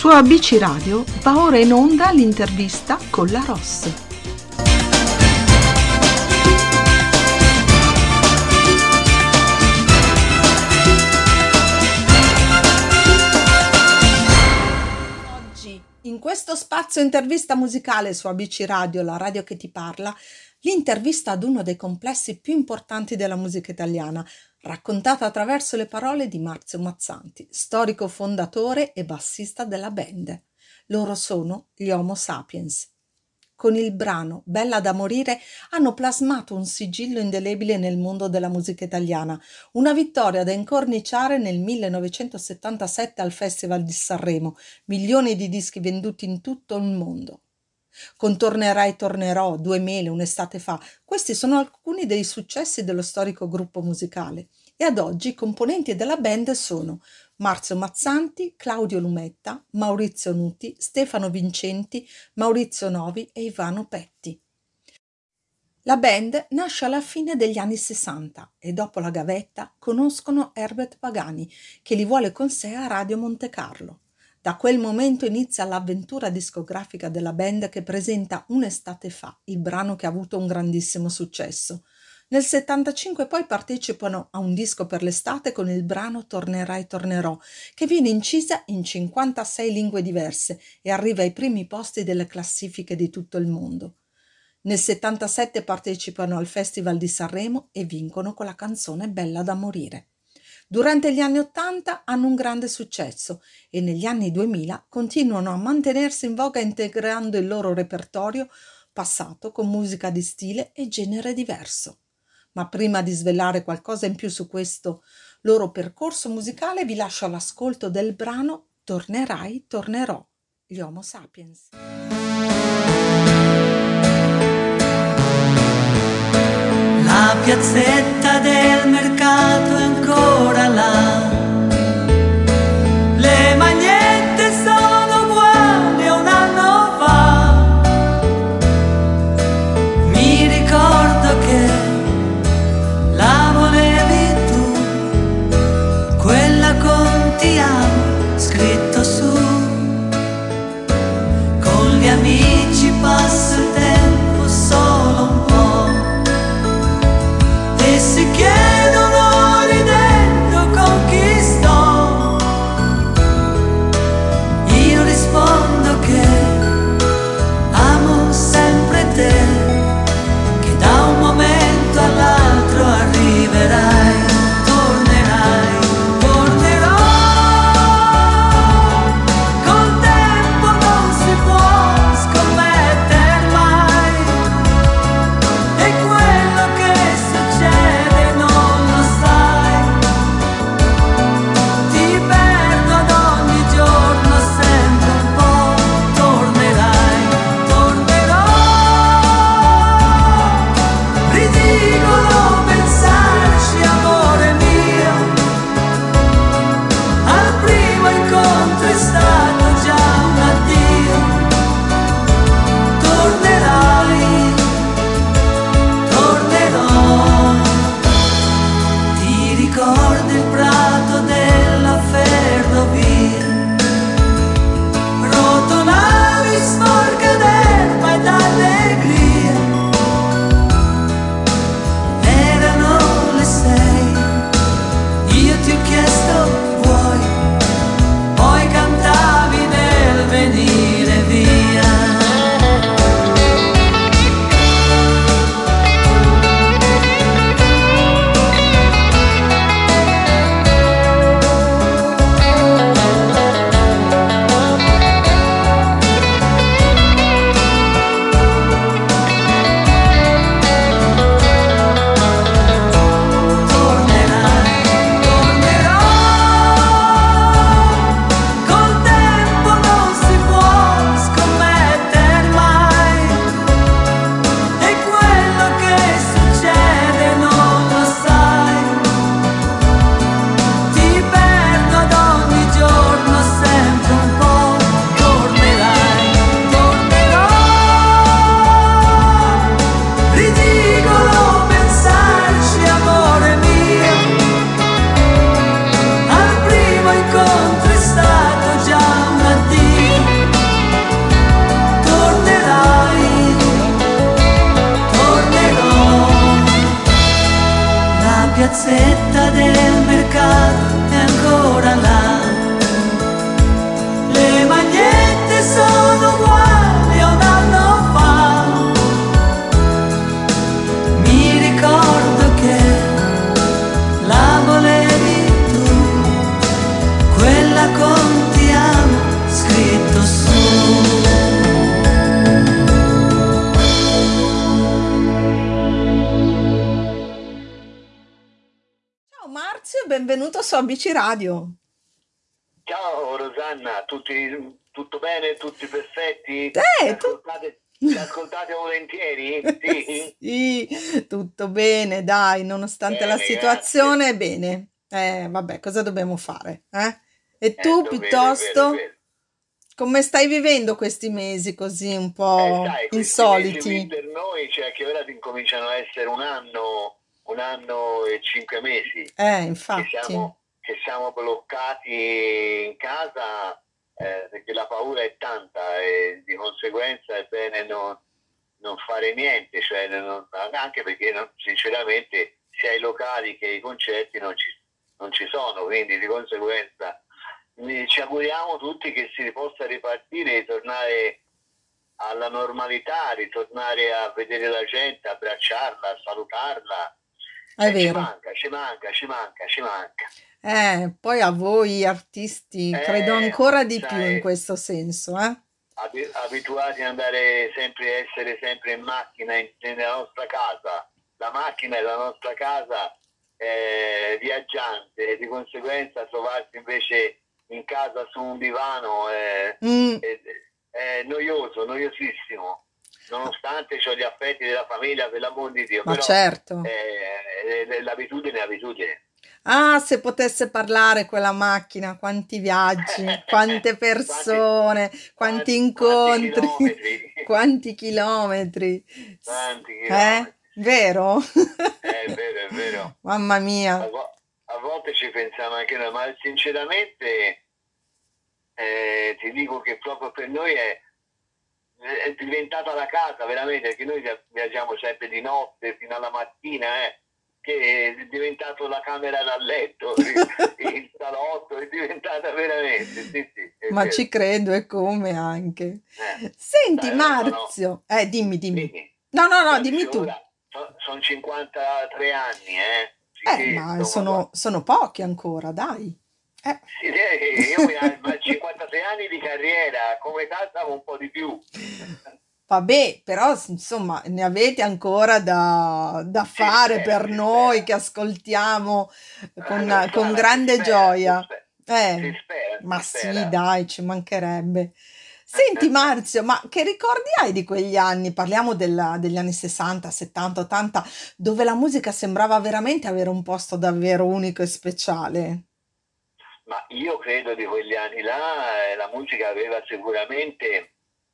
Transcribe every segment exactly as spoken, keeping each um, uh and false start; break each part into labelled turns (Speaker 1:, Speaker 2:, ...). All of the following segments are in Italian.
Speaker 1: Su A B C Radio va ora in onda l'intervista con la Ross. Oggi, in questo spazio intervista musicale su A B C Radio, la radio che ti parla, l'intervista ad uno dei complessi più importanti della musica italiana, raccontata attraverso le parole di Marzio Mazzanti, storico fondatore e bassista della band. Loro sono gli Homo Sapiens. Con il brano Bella da morire hanno plasmato un sigillo indelebile nel mondo della musica italiana, una vittoria da incorniciare nel millenovecentosettantasette al Festival di Sanremo, milioni di dischi venduti in tutto il mondo. Con Tornerai tornerò, Due mele, un'estate fa, questi sono alcuni dei successi dello storico gruppo musicale e ad oggi i componenti della band sono Marzio Mazzanti, Claudio Lumetta, Maurizio Nuti, Stefano Vincenti, Maurizio Novi e Ivano Petti. La band nasce alla fine degli anni sessanta e dopo la gavetta conoscono Herbert Pagani che li vuole con sé a Radio Monte Carlo. Da quel momento inizia l'avventura discografica della band che presenta Un'estate fa, il brano che ha avuto un grandissimo successo. Nel settantacinque poi partecipano a un disco per l'estate con il brano Tornerai tornerò, che viene incisa in cinquantasei lingue diverse e arriva ai primi posti delle classifiche di tutto il mondo. Nel settantasette partecipano al Festival di Sanremo e vincono con la canzone Bella da morire. Durante gli anni Ottanta hanno un grande successo e negli anni duemila continuano a mantenersi in voga integrando il loro repertorio passato con musica di stile e genere diverso. Ma prima di svelare qualcosa in più su questo loro percorso musicale vi lascio all'ascolto del brano Tornerai, tornerò, gli Homo Sapiens.
Speaker 2: La piazzetta del mercato è ancora là, le magliette sono uguali a un anno fa, mi ricordo che la volevi tu, quella con ti amo scritto su, con gli amici passo il tempo solo un po'. E si chiedono ridendo con chi sto, io rispondo che amo sempre te, che da un momento all'altro arriverai, tornerai, tornerò, col tempo non si può scommettere mai, e quello che succede non piazzetta del mercato è ancora là. Le magliette sono uguali a un anno fa. Mi ricordo che la volevi tu, quella con ti amo scritto su.
Speaker 1: Ciao Marzio e benvenuto su A B C Radio.
Speaker 3: Ciao Rosanna, tutti, tutto bene? Tutti perfetti?
Speaker 1: Eh,
Speaker 3: Ci
Speaker 1: tu-
Speaker 3: ascoltate, ci ascoltate volentieri? Sì?
Speaker 1: Sì, tutto bene, dai, nonostante la
Speaker 3: Bene,
Speaker 1: situazione, bene. Eh, vabbè, cosa dobbiamo fare, eh? E
Speaker 3: grazie. Eh,
Speaker 1: tu,
Speaker 3: dovete, è vero, è
Speaker 1: piuttosto,
Speaker 3: vero.
Speaker 1: come stai vivendo questi mesi così un
Speaker 3: Eh,
Speaker 1: po'
Speaker 3: sai, questi mesi qui
Speaker 1: insoliti?
Speaker 3: per noi, cioè che ora incominciano a essere un anno, un anno e cinque mesi,
Speaker 1: Eh,
Speaker 3: che
Speaker 1: infatti,
Speaker 3: siamo, che siamo bloccati in casa, eh, perché la paura è tanta e di conseguenza è bene non, non fare niente, cioè non- anche perché non- sinceramente sia i locali che i concerti non ci, non ci sono, quindi di conseguenza eh, ci auguriamo tutti che si possa ripartire e tornare alla normalità, ritornare a vedere la gente, abbracciarla, a salutarla.
Speaker 1: è
Speaker 3: E ci
Speaker 1: vero.
Speaker 3: manca, ci manca, ci manca, ci manca.
Speaker 1: Eh, poi a voi artisti credo
Speaker 3: Eh,
Speaker 1: ancora di più in
Speaker 3: sai,
Speaker 1: questo senso, eh?
Speaker 3: abi- abituati ad andare sempre, essere sempre in macchina in- nella nostra casa. La macchina è la nostra casa eh, viaggiante e di conseguenza trovarsi invece in casa su un divano è,
Speaker 1: Mm,
Speaker 3: è- è noioso, noiosissimo, nonostante ho gli affetti della famiglia, per l'amor di Dio,
Speaker 1: ma
Speaker 3: però
Speaker 1: certo.
Speaker 3: eh, eh, l'abitudine è abitudine.
Speaker 1: Ah, se potesse parlare quella macchina, quanti viaggi, quante
Speaker 3: quanti,
Speaker 1: persone, quanti
Speaker 3: quanti, quanti
Speaker 1: incontri,
Speaker 3: chilometri,
Speaker 1: quanti chilometri. S-
Speaker 3: quanti
Speaker 1: Eh?
Speaker 3: chilometri, sì.
Speaker 1: Vero?
Speaker 3: È vero, è vero.
Speaker 1: Mamma
Speaker 3: A,
Speaker 1: mia.
Speaker 3: vo- a volte ci pensiamo anche noi, ma sinceramente eh, ti dico che proprio per noi è, è diventata la casa, veramente, perché noi via- viaggiamo sempre di notte fino alla mattina, eh, che è diventato la camera da letto, il, il salotto, è diventata veramente, sì, sì, è
Speaker 1: Ma
Speaker 3: vero.
Speaker 1: ci credo e come anche.
Speaker 3: Eh,
Speaker 1: Senti,
Speaker 3: sai, ora sono,
Speaker 1: Marzio. Eh, dimmi, dimmi.
Speaker 3: dimmi,
Speaker 1: No, no, no,
Speaker 3: no,
Speaker 1: dimmi
Speaker 3: dicevo
Speaker 1: tu.
Speaker 3: ora, sono cinquantatré anni, eh,
Speaker 1: Eh,
Speaker 3: sicché,
Speaker 1: ma
Speaker 3: insomma, qua-
Speaker 1: sono, sono pochi ancora, dai. Eh.
Speaker 3: sì, eh, io mi ma cinquantasei anni di carriera, come casa un po' di più.
Speaker 1: Vabbè, però s- insomma ne avete ancora da, da
Speaker 3: Si
Speaker 1: fare
Speaker 3: spera,
Speaker 1: per
Speaker 3: si
Speaker 1: noi
Speaker 3: spera.
Speaker 1: che ascoltiamo
Speaker 3: Eh,
Speaker 1: con, con
Speaker 3: Rossana, si
Speaker 1: grande
Speaker 3: spera, si
Speaker 1: gioia.
Speaker 3: spera, si
Speaker 1: Eh,
Speaker 3: spera, si
Speaker 1: ma sì,
Speaker 3: spera.
Speaker 1: dai, ci mancherebbe. Senti Marzio, ma che ricordi hai di quegli anni? Parliamo della- degli anni sessanta, settanta, ottanta, dove la musica sembrava veramente avere un posto davvero unico e speciale.
Speaker 3: Ma io credo di quegli anni là eh, la musica aveva sicuramente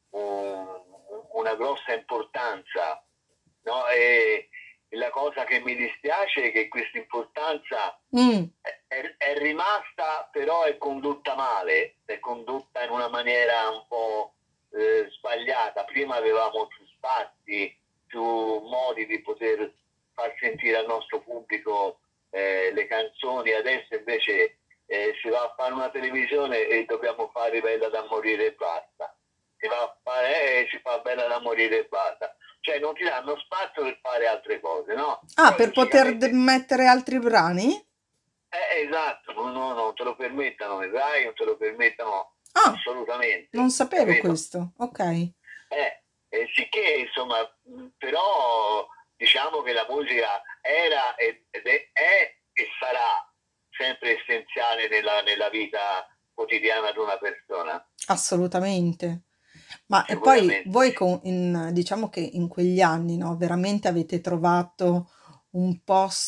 Speaker 3: un- una grossa importanza, no? E la cosa che mi dispiace è che questa importanza
Speaker 1: Mm,
Speaker 3: è, è- è rimasta, però è condotta male, è condotta in una maniera un po' eh, sbagliata. Prima avevamo più spazi, più modi di poter far sentire al nostro pubblico eh, le canzoni, adesso invece eh, si va a fare una televisione e dobbiamo fare bella da morire e basta. Si va a fare e si fa bella da morire e basta. Cioè non ti danno spazio per fare altre cose, no?
Speaker 1: ah,
Speaker 3: Poi
Speaker 1: per poter d-
Speaker 3: logicamente
Speaker 1: mettere altri brani?
Speaker 3: eh, esatto, no, no, non te lo permettano i Rai, non te lo permettono
Speaker 1: Ah, non
Speaker 3: assolutamente,
Speaker 1: sapevo
Speaker 3: capito?
Speaker 1: questo. Ok.
Speaker 3: Eh, eh, sicché, insomma, mh, però diciamo che la musica era ed ed è, è e sarà sempre essenziale nella, nella vita quotidiana di una persona,
Speaker 1: Assolutamente. Ma e poi
Speaker 3: sicuramente
Speaker 1: voi
Speaker 3: sì.
Speaker 1: con- in- diciamo che in quegli anni, no, veramente avete trovato un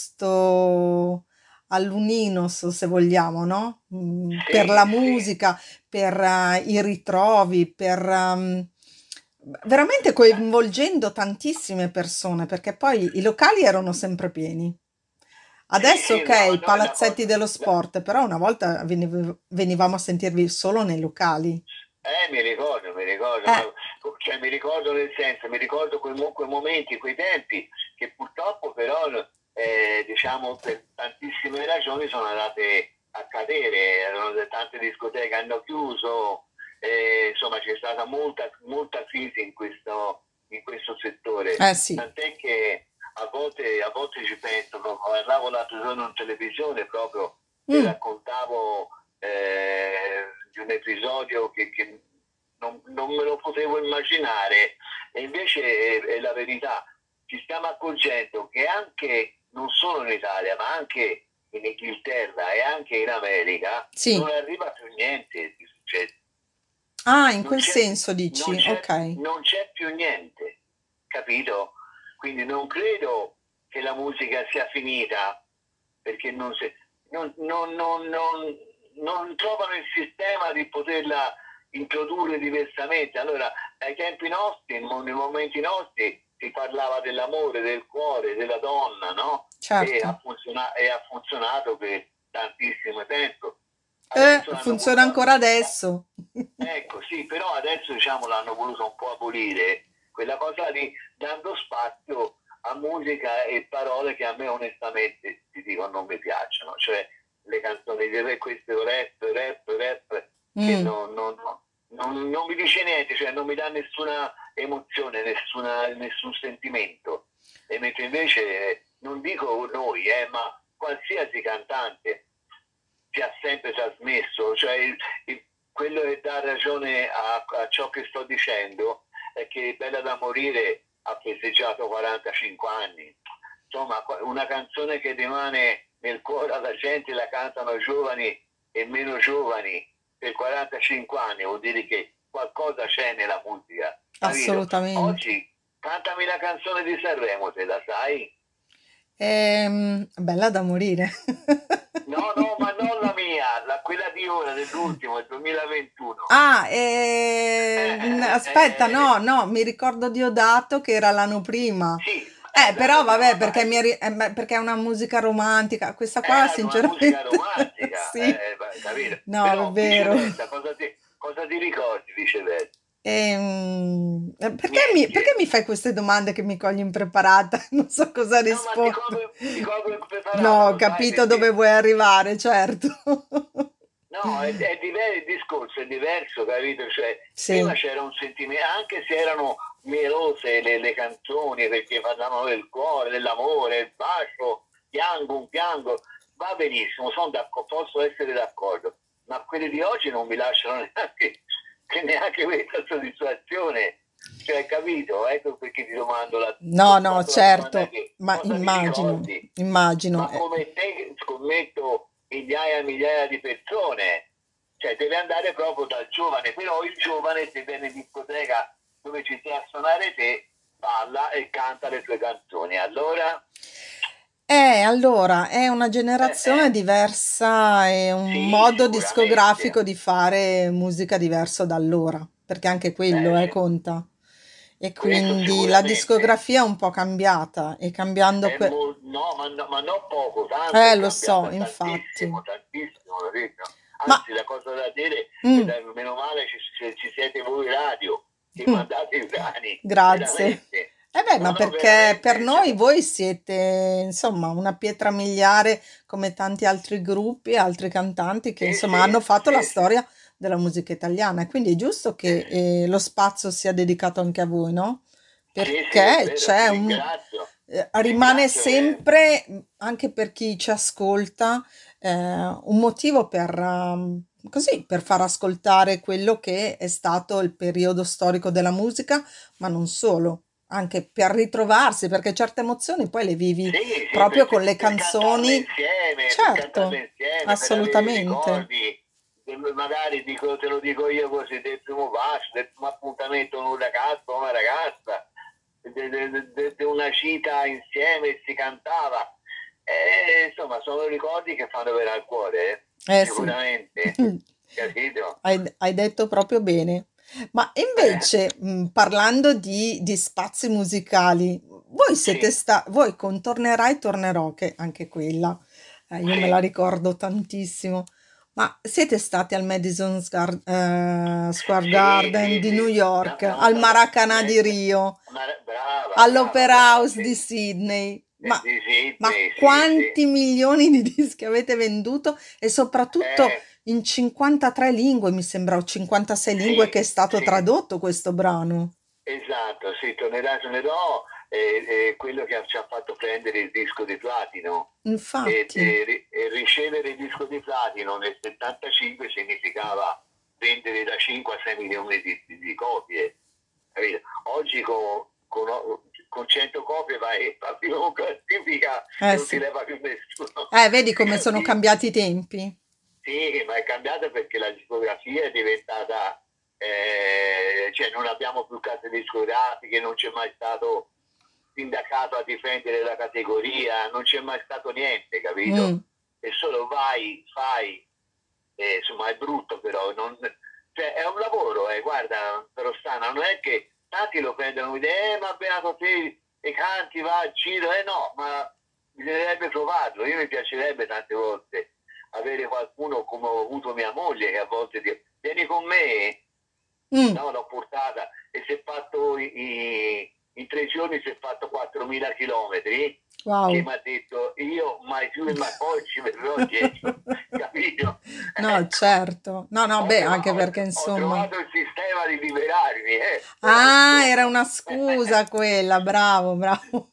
Speaker 1: posto all'unisono, se vogliamo, no? Mm, per la
Speaker 3: Sì, sì,
Speaker 1: musica, per eh, i ritrovi, per ehm, veramente coinvolgendo tantissime persone, perché poi i locali erano sempre pieni.
Speaker 3: sì,
Speaker 1: Adesso,
Speaker 3: sì, no,
Speaker 1: ok,
Speaker 3: no, la
Speaker 1: palazzetti
Speaker 3: cosa,
Speaker 1: dello
Speaker 3: la-
Speaker 1: sport, però una volta veniv- venivamo a sentirvi solo nei locali.
Speaker 3: Eh, mi ricordo, mi ricordo,
Speaker 1: Eh,
Speaker 3: ma cioè, mi ricordo nel senso, mi ricordo quei, mo- quei momenti, quei tempi che purtroppo però, eh, diciamo, per mie ragioni sono andate a cadere, erano tante discoteche hanno chiuso, eh, insomma c'è stata molta, molta crisi in questo, in questo settore,
Speaker 1: Eh sì.
Speaker 3: tant'è che a volte, a volte ci penso, proprio, parlavo l'altro giorno in televisione proprio e
Speaker 1: Mm,
Speaker 3: raccontavo eh, di un episodio che, che non, non me lo potevo immaginare e invece è, è la verità. Ci stiamo accorgendo che anche, non solo in Italia, ma anche in Inghilterra e anche in America non
Speaker 1: sì.
Speaker 3: arriva più niente di successo.
Speaker 1: Ah, in
Speaker 3: Non
Speaker 1: quel
Speaker 3: c'è,
Speaker 1: senso
Speaker 3: non
Speaker 1: dici,
Speaker 3: c'è,
Speaker 1: ok.
Speaker 3: non c'è più niente, capito? Quindi non credo che la musica sia finita perché non, si, non, non, non, non, non trovano il sistema di poterla introdurre diversamente. Allora, ai tempi nostri, nei momenti nostri, si parlava dell'amore, del cuore, della donna, no? E
Speaker 1: Certo.
Speaker 3: ha, funziona- e ha funzionato per tantissimo tempo.
Speaker 1: Eh,
Speaker 3: Adesso l'hanno
Speaker 1: funziona
Speaker 3: voluto.
Speaker 1: ancora adesso.
Speaker 3: Ecco, sì, però adesso diciamo l'hanno voluto un po' abolire quella cosa lì, dando spazio a musica e parole che a me onestamente ti dico non mi piacciono, cioè le canzoni di rap, questo rap, rap, rap, che
Speaker 1: Mm,
Speaker 3: non, non, non, non mi dice niente, cioè non mi dà nessuna emozione, nessuna, nessun sentimento. E mentre invece, eh, non dico noi, eh, ma qualsiasi cantante ci ha sempre trasmesso, cioè il, il- quello che dà ragione a, a ciò che sto dicendo è che Bella da morire ha festeggiato quarantacinque anni. Insomma, una canzone che rimane nel cuore alla gente, la cantano giovani e meno giovani per quarantacinque anni, vuol dire che qualcosa c'è nella musica, capito?
Speaker 1: assolutamente.
Speaker 3: Oggi cantami la canzone di Sanremo, te la sai?
Speaker 1: Ehm, bella da morire.
Speaker 3: No, no, ma non la mia, la, quella di ora, dell'ultimo, del duemilaventuno.
Speaker 1: Ah,
Speaker 3: Eh,
Speaker 1: ehm,
Speaker 3: eh,
Speaker 1: aspetta,
Speaker 3: eh,
Speaker 1: no, no, mi ricordo Diodato che era l'anno prima.
Speaker 3: sì,
Speaker 1: Eh,
Speaker 3: eh,
Speaker 1: però
Speaker 3: l'anno prima,
Speaker 1: vabbè,
Speaker 3: ma
Speaker 1: perché, mi ri- eh, beh, perché è una musica romantica. Questa qua,
Speaker 3: era una musica
Speaker 1: sinceramente,
Speaker 3: romantica,
Speaker 1: sì.
Speaker 3: eh, capito?
Speaker 1: No, è
Speaker 3: Però
Speaker 1: vero.
Speaker 3: viceversa, cosa ti, cosa ti ricordi viceversa?
Speaker 1: Ehm, eh, perché mi, perché
Speaker 3: Niente.
Speaker 1: mi fai queste domande che mi cogli impreparata? Non so cosa
Speaker 3: No, ma ti
Speaker 1: rispondere.
Speaker 3: colgo, ti colgo
Speaker 1: No,
Speaker 3: impreparata,
Speaker 1: ho
Speaker 3: lo sai
Speaker 1: capito dove
Speaker 3: perché?
Speaker 1: vuoi arrivare, certo.
Speaker 3: No, è, è diver- il discorso è diverso, capito? Cioè, prima
Speaker 1: Sì,
Speaker 3: c'era un sentimento, anche se erano melose le, le canzoni perché parlavano del cuore, dell'amore, il bacio, piango, un piango, va benissimo, sono d'accordo, posso essere d'accordo, ma quelle di oggi non mi lasciano neanche, che neanche questa soddisfazione. Cioè, capito? Ecco perché ti domando la,
Speaker 1: no,
Speaker 3: ti
Speaker 1: no,
Speaker 3: faccio la domanda
Speaker 1: certo,
Speaker 3: che
Speaker 1: ma
Speaker 3: cosa ti
Speaker 1: immagino,
Speaker 3: ricordi?
Speaker 1: immagino.
Speaker 3: Ma
Speaker 1: eh,
Speaker 3: come te scommetto migliaia e migliaia di persone, cioè deve andare proprio dal giovane, però il giovane se viene in discoteca dove ci sei a suonare te, balla e canta le tue canzoni. Allora,
Speaker 1: Eh, allora, è una
Speaker 3: eh,
Speaker 1: generazione
Speaker 3: eh,
Speaker 1: diversa e un
Speaker 3: sì,
Speaker 1: modo discografico
Speaker 3: sicuramente.
Speaker 1: di fare musica diverso da allora, perché anche quello,
Speaker 3: Beh,
Speaker 1: eh,
Speaker 3: sì,
Speaker 1: conta. E
Speaker 3: questo
Speaker 1: quindi la
Speaker 3: sicuramente.
Speaker 1: discografia è un po' cambiata e cambiando
Speaker 3: È
Speaker 1: que-
Speaker 3: mol- no, ma, no, ma non poco, tanto
Speaker 1: Eh,
Speaker 3: è
Speaker 1: lo so,
Speaker 3: cambiata,
Speaker 1: infatti.
Speaker 3: tantissimo, tantissimo, capito?
Speaker 1: Ma,
Speaker 3: Anzi, la cosa da dire è
Speaker 1: mm,
Speaker 3: che meno male ci, ci- ci siete voi radio, che mandate i brani,
Speaker 1: grazie.
Speaker 3: veramente.
Speaker 1: Eh beh,
Speaker 3: No,
Speaker 1: ma
Speaker 3: no,
Speaker 1: perché per
Speaker 3: veramente,
Speaker 1: noi
Speaker 3: cioè,
Speaker 1: voi siete, insomma, una pietra miliare come tanti altri gruppi e altri cantanti che,
Speaker 3: sì,
Speaker 1: insomma,
Speaker 3: sì,
Speaker 1: hanno fatto la
Speaker 3: sì, sì,
Speaker 1: storia della musica italiana. E quindi è giusto
Speaker 3: sì,
Speaker 1: che eh, lo spazio sia dedicato anche a voi, no?
Speaker 3: sì, sì, è
Speaker 1: Perché
Speaker 3: vero, ti
Speaker 1: c'è un,
Speaker 3: ringrazio,
Speaker 1: eh,
Speaker 3: ti
Speaker 1: rimane
Speaker 3: ringrazio che...
Speaker 1: sempre, mh, anche per chi ci ascolta, eh, un motivo per, um, così, per far ascoltare quello che è stato il periodo storico della musica, ma non solo, anche per ritrovarsi, perché certe emozioni poi le vivi
Speaker 3: Sì, sì,
Speaker 1: proprio
Speaker 3: per,
Speaker 1: con le
Speaker 3: per cantarle
Speaker 1: canzoni.
Speaker 3: insieme, per
Speaker 1: Certo,
Speaker 3: cantarle insieme, per avere i
Speaker 1: assolutamente.
Speaker 3: ricordi. E magari dico, te lo dico io così, del primo bacio, del primo appuntamento con un ragazzo o una ragazza, di una cita insieme e si cantava. E, insomma, sono ricordi che fanno bene al cuore, eh,
Speaker 1: Eh sì,
Speaker 3: sicuramente, capito?
Speaker 1: hai, hai detto proprio bene. Ma
Speaker 3: Eh,
Speaker 1: invece, mh, parlando di, di spazi musicali, voi siete
Speaker 3: sì,
Speaker 1: sta, voi con Tornerai Tornerò, che anche quella, eh, io me la
Speaker 3: sì,
Speaker 1: ricordo tantissimo, ma siete stati al Madison Scar- eh, Square
Speaker 3: sì,
Speaker 1: Garden
Speaker 3: sì,
Speaker 1: di New
Speaker 3: sì.
Speaker 1: York,
Speaker 3: Siamo
Speaker 1: al
Speaker 3: stati,
Speaker 1: Maracanã di
Speaker 3: veramente-
Speaker 1: Rio,
Speaker 3: ma- brava, brava,
Speaker 1: all'Opera
Speaker 3: brava,
Speaker 1: House di
Speaker 3: sì.
Speaker 1: Sydney? Ma,
Speaker 3: di
Speaker 1: ma
Speaker 3: Sydney, sì, sì.
Speaker 1: quanti milioni di dischi avete venduto? E soprattutto
Speaker 3: Eh,
Speaker 1: in cinquantatré lingue, mi sembra, o cinquantasei lingue che è
Speaker 3: sì,
Speaker 1: stato
Speaker 3: sì,
Speaker 1: tradotto questo brano.
Speaker 3: esatto, sì, tornerà, tornerò, è, è quello che ci ha fatto prendere il disco di platino. E,
Speaker 1: Infatti,
Speaker 3: e ri- e ricevere il disco di platino nel settantacinque significava vendere da cinque a sei milioni di, di- di copie. Capito? Oggi con, con, con cento copie vai a prima classifica e
Speaker 1: eh
Speaker 3: non ti
Speaker 1: sì.
Speaker 3: leva più nessuno.
Speaker 1: Eh, vedi come sono
Speaker 3: Capito?
Speaker 1: cambiati i tempi?
Speaker 3: Sì, ma è cambiata perché la discografia è diventata, eh, cioè non abbiamo più case discografiche, non c'è mai stato sindacato a difendere la categoria, non c'è mai stato niente, capito?
Speaker 1: Mm,
Speaker 3: E solo vai, fai, eh, insomma è brutto però, non, cioè è un lavoro, eh, guarda, però Stana, non è che tanti lo prendono e dicono, eh ma beato te, e canti, va al giro, eh no, ma bisognerebbe provarlo, io mi piacerebbe tante volte avere qualcuno come ho avuto mia moglie che a volte dice vieni con me,
Speaker 1: mm,
Speaker 3: no, l'ho portata e si è fatto i, i- in tre giorni si è fatto quattromila chilometri che
Speaker 1: wow.
Speaker 3: mi ha detto io mai più e mai poi ci verrò dietro, capito?
Speaker 1: No,
Speaker 3: Ecco,
Speaker 1: certo. No, no,
Speaker 3: ho,
Speaker 1: beh,
Speaker 3: trova-
Speaker 1: anche
Speaker 3: ho-
Speaker 1: perché
Speaker 3: ho
Speaker 1: insomma.
Speaker 3: trovato il sistema di liberarmi, eh, però
Speaker 1: Ah, era
Speaker 3: insomma,
Speaker 1: una scusa quella, bravo, bravo.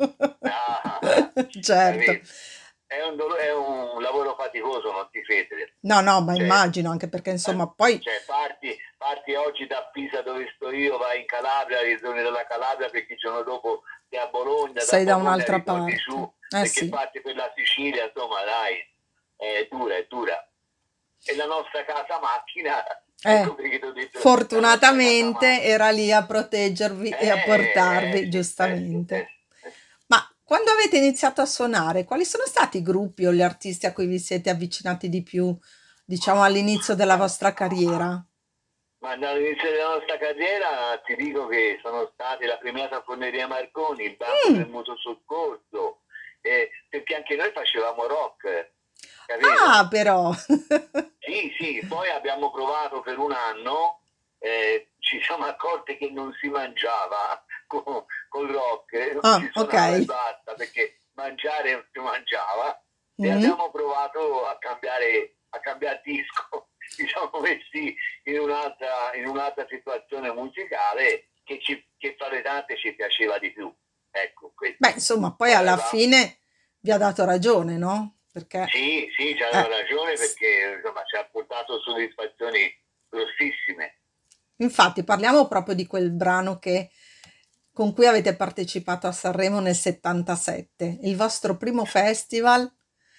Speaker 3: ah,
Speaker 1: Certo.
Speaker 3: capito? È un, dolo- è un lavoro faticoso, non ti credere.
Speaker 1: No, no, ma
Speaker 3: Cioè,
Speaker 1: immagino anche perché
Speaker 3: eh,
Speaker 1: insomma poi
Speaker 3: cioè, parti, parti oggi da Pisa dove sto io, vai in Calabria, ritorni dalla Calabria perché il giorno dopo sei a Bologna, da
Speaker 1: sei da
Speaker 3: Bologna
Speaker 1: un'altra
Speaker 3: ritorni su
Speaker 1: parte. Eh
Speaker 3: perché
Speaker 1: sì,
Speaker 3: parti per la Sicilia, insomma, dai, è dura, è dura. E la nostra casa macchina, ecco
Speaker 1: eh,
Speaker 3: perché ti ho detto, la nostra casa
Speaker 1: fortunatamente
Speaker 3: macchina.
Speaker 1: era lì a proteggervi e a
Speaker 3: Eh, eh,
Speaker 1: portarvi,
Speaker 3: sì, eh, sì,
Speaker 1: giustamente.
Speaker 3: eh, sì, eh.
Speaker 1: Ma quando avete iniziato a suonare, quali sono stati i gruppi o gli artisti a cui vi siete avvicinati di più, diciamo, all'inizio della vostra carriera?
Speaker 3: Ma dall'inizio della nostra carriera ti dico che sono stati la premiata Forneria Marconi, il bando del
Speaker 1: Mm.
Speaker 3: mutuo soccorso, eh, perché anche noi facevamo rock, capito?
Speaker 1: Ah, però.
Speaker 3: Sì, sì, poi abbiamo provato per un anno, eh, ci siamo accorti che non si mangiava con, col rock, eh, non si
Speaker 1: Ah, ok.
Speaker 3: suonava e basta, perché mangiare non si mangiava, e
Speaker 1: Mm.
Speaker 3: abbiamo provato a cambiare, a cambiare disco, ci siamo messi in un'altra, in un'altra situazione musicale che, ci, che fra le tante ci piaceva di più. Ecco,
Speaker 1: Beh,
Speaker 3: questo.
Speaker 1: insomma, poi
Speaker 3: Poi
Speaker 1: alla
Speaker 3: aveva-
Speaker 1: fine vi ha dato ragione, no? Perché,
Speaker 3: sì, sì, c'aveva
Speaker 1: eh,
Speaker 3: ragione
Speaker 1: s-
Speaker 3: perché insomma, ci ha portato soddisfazioni grossissime.
Speaker 1: infatti parliamo proprio di quel brano che, con cui avete partecipato a Sanremo nel settantasette, il vostro primo festival